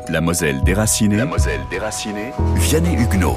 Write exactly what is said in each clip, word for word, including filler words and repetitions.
La Moselle déracinée. La Moselle déracinée. Vianney Huguenot.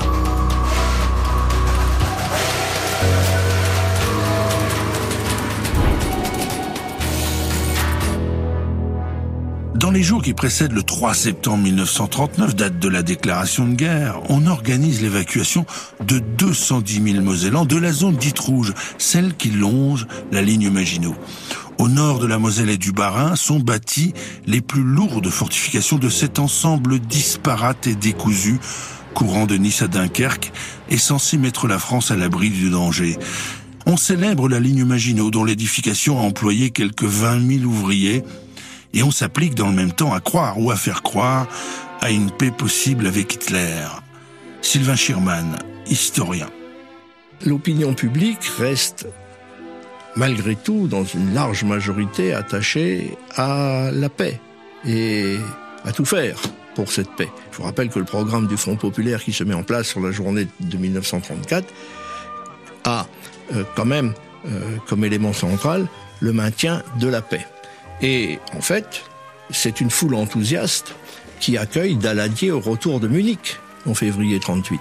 Dans les jours qui précèdent le trois septembre mille neuf cent trente-neuf, date de la déclaration de guerre, on organise l'évacuation de deux cent dix mille Mosellans de la zone dite rouge, celle qui longe la ligne Maginot. Au nord de la Moselle et du Bas-Rhin sont bâties les plus lourdes fortifications de cet ensemble disparate et décousu, courant de Nice à Dunkerque, et censé mettre la France à l'abri du danger. On célèbre la ligne Maginot, dont l'édification a employé quelques vingt mille ouvriers, et on s'applique dans le même temps à croire ou à faire croire à une paix possible avec Hitler. Sylvain Schirman, historien. L'opinion publique reste, malgré tout, dans une large majorité, attachée à la paix et à tout faire pour cette paix. Je vous rappelle que le programme du Front populaire qui se met en place sur la journée de mille neuf cent trente-quatre a euh, quand même euh, comme élément central le maintien de la paix. Et en fait, c'est une foule enthousiaste qui accueille Daladier au retour de Munich en février trente-huit.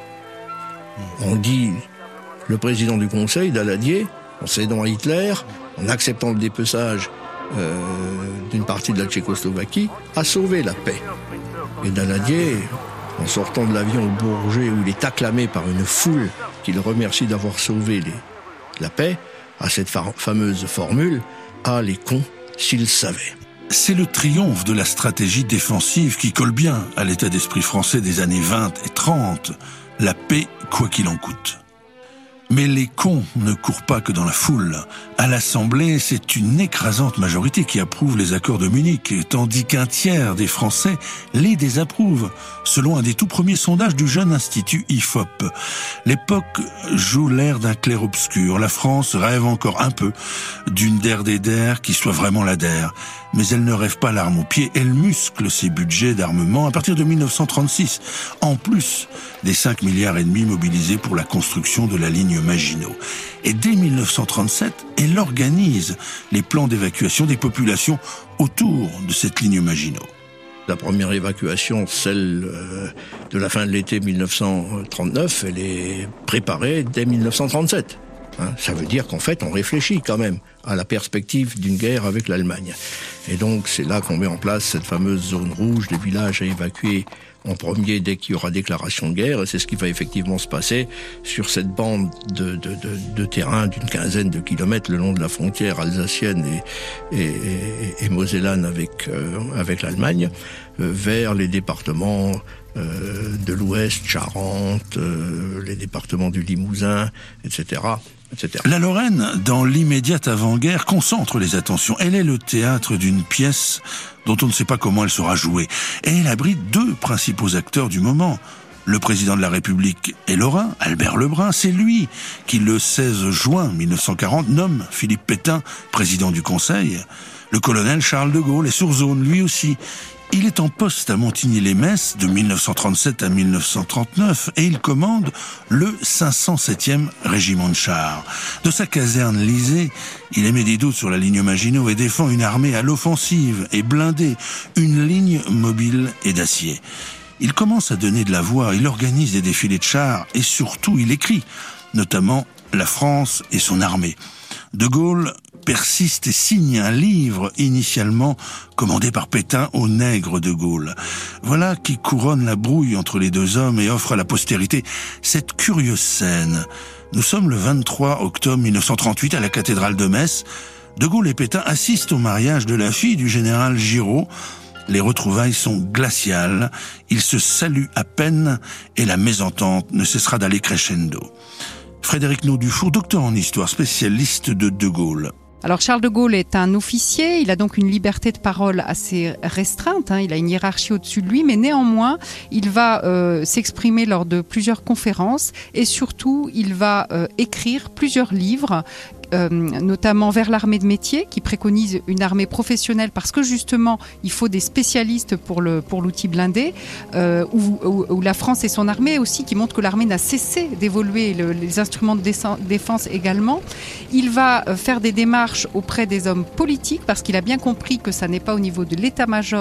On dit le président du Conseil, Daladier, en cédant à Hitler, en acceptant le dépeçage euh, d'une partie de la Tchécoslovaquie, a sauvé la paix. Et Daladier, en sortant de l'avion au Bourget où il est acclamé par une foule qui le remercie d'avoir sauvé les, la paix, a cette fa- fameuse formule « Ah, les cons !» s'ils savaient. C'est le triomphe de la stratégie défensive qui colle bien à l'état d'esprit français des années vingt et trente. La paix, quoi qu'il en coûte. Mais les cons ne courent pas que dans la foule. À l'Assemblée, c'est une écrasante majorité qui approuve les accords de Munich, tandis qu'un tiers des Français les désapprouvent, selon un des tout premiers sondages du jeune institut I F O P. L'époque joue l'air d'un clair-obscur. La France rêve encore un peu d'une D E R D D E R qui soit vraiment la D E R. Mais elle ne rêve pas l'arme au pied, elle muscle ses budgets d'armement à partir de mille neuf cent trente-six, en plus des cinq milliards et demi mobilisés pour la construction de la ligne Maginot. Et dès mille neuf cent trente-sept, elle organise les plans d'évacuation des populations autour de cette ligne Maginot. La première évacuation, celle de la fin de l'été mille neuf cent trente-neuf, elle est préparée dès mille neuf cent trente-sept. Hein, ça veut dire qu'en fait, on réfléchit quand même à la perspective d'une guerre avec l'Allemagne. Et donc, c'est là qu'on met en place cette fameuse zone rouge, des villages à évacuer en premier dès qu'il y aura déclaration de guerre. Et c'est ce qui va effectivement se passer sur cette bande de, de, de, de terrain d'une quinzaine de kilomètres le long de la frontière alsacienne et, et, et, et mosellane avec, euh, avec l'Allemagne, euh, vers les départements euh, de l'Ouest, Charente, euh, les départements du Limousin, et cetera. La Lorraine, dans l'immédiate avant-guerre, concentre les attentions. Elle est le théâtre d'une pièce dont on ne sait pas comment elle sera jouée. Et elle abrite deux principaux acteurs du moment. Le président de la République est lorrain, Albert Lebrun. C'est lui qui, le seize juin mille neuf cent quarante, nomme Philippe Pétain président du Conseil. Le colonel Charles de Gaulle est sur zone, lui aussi. Il est en poste à Montigny-lès-Metz de mille neuf cent trente-sept à mille neuf cent trente-neuf et il commande le cinq cent septième régiment de chars. De sa caserne Lysée, il émet des doutes sur la ligne Maginot et défend une armée à l'offensive et blindée, une ligne mobile et d'acier. Il commence à donner de la voix, il organise des défilés de chars et surtout il écrit, notamment La France et son armée. De Gaulle persiste et signe un livre initialement commandé par Pétain au nègre de Gaulle. Voilà qui couronne la brouille entre les deux hommes et offre à la postérité cette curieuse scène. Nous sommes le vingt-trois octobre mille neuf cent trente-huit à la cathédrale de Metz. De Gaulle et Pétain assistent au mariage de la fille du général Giraud. Les retrouvailles sont glaciales, ils se saluent à peine et la mésentente ne cessera d'aller crescendo. Frédéric Naudufour, docteur en histoire, spécialiste de De Gaulle. Alors Charles de Gaulle est un officier, il a donc une liberté de parole assez restreinte, hein, il a une hiérarchie au-dessus de lui, mais néanmoins, il va euh, s'exprimer lors de plusieurs conférences et surtout, il va euh, écrire plusieurs livres, euh, notamment Vers l'armée de métier, qui préconise une armée professionnelle parce que justement, il faut des spécialistes pour, le, pour l'outil blindé, euh, où, où, où la France et son armée aussi, qui montre que l'armée n'a cessé d'évoluer, le, les instruments de défense également. Il va euh, faire des démarches auprès des hommes politiques parce qu'il a bien compris que ça n'est pas au niveau de l'état-major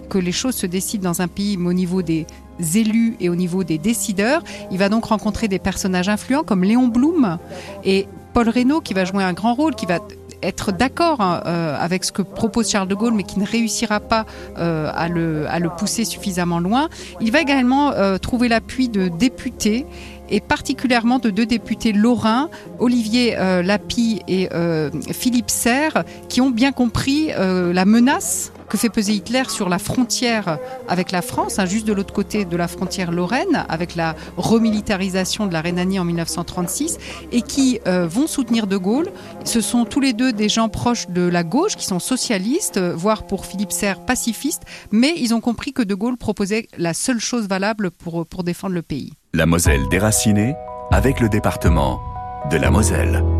que les choses se décident dans un pays, mais au niveau des élus et au niveau des décideurs. Il va donc rencontrer des personnages influents comme Léon Blum et Paul Reynaud, qui va jouer un grand rôle, qui va être d'accord hein, euh, avec ce que propose Charles de Gaulle, mais qui ne réussira pas euh, à, le, à le pousser suffisamment loin. Il va également euh, trouver l'appui de députés, et particulièrement de deux députés lorrains, Olivier euh, Lapie et euh, Philippe Serre, qui ont bien compris euh, la menace que fait peser Hitler sur la frontière avec la France, hein, juste de l'autre côté de la frontière lorraine, avec la remilitarisation de la Rhénanie en mille neuf cent trente-six, et qui euh, vont soutenir de Gaulle. Ce sont tous les deux des gens proches de la gauche, qui sont socialistes, voire pour Philippe Serre pacifistes, mais ils ont compris que de Gaulle proposait la seule chose valable pour, pour défendre le pays. La Moselle déracinée avec le département de la Moselle.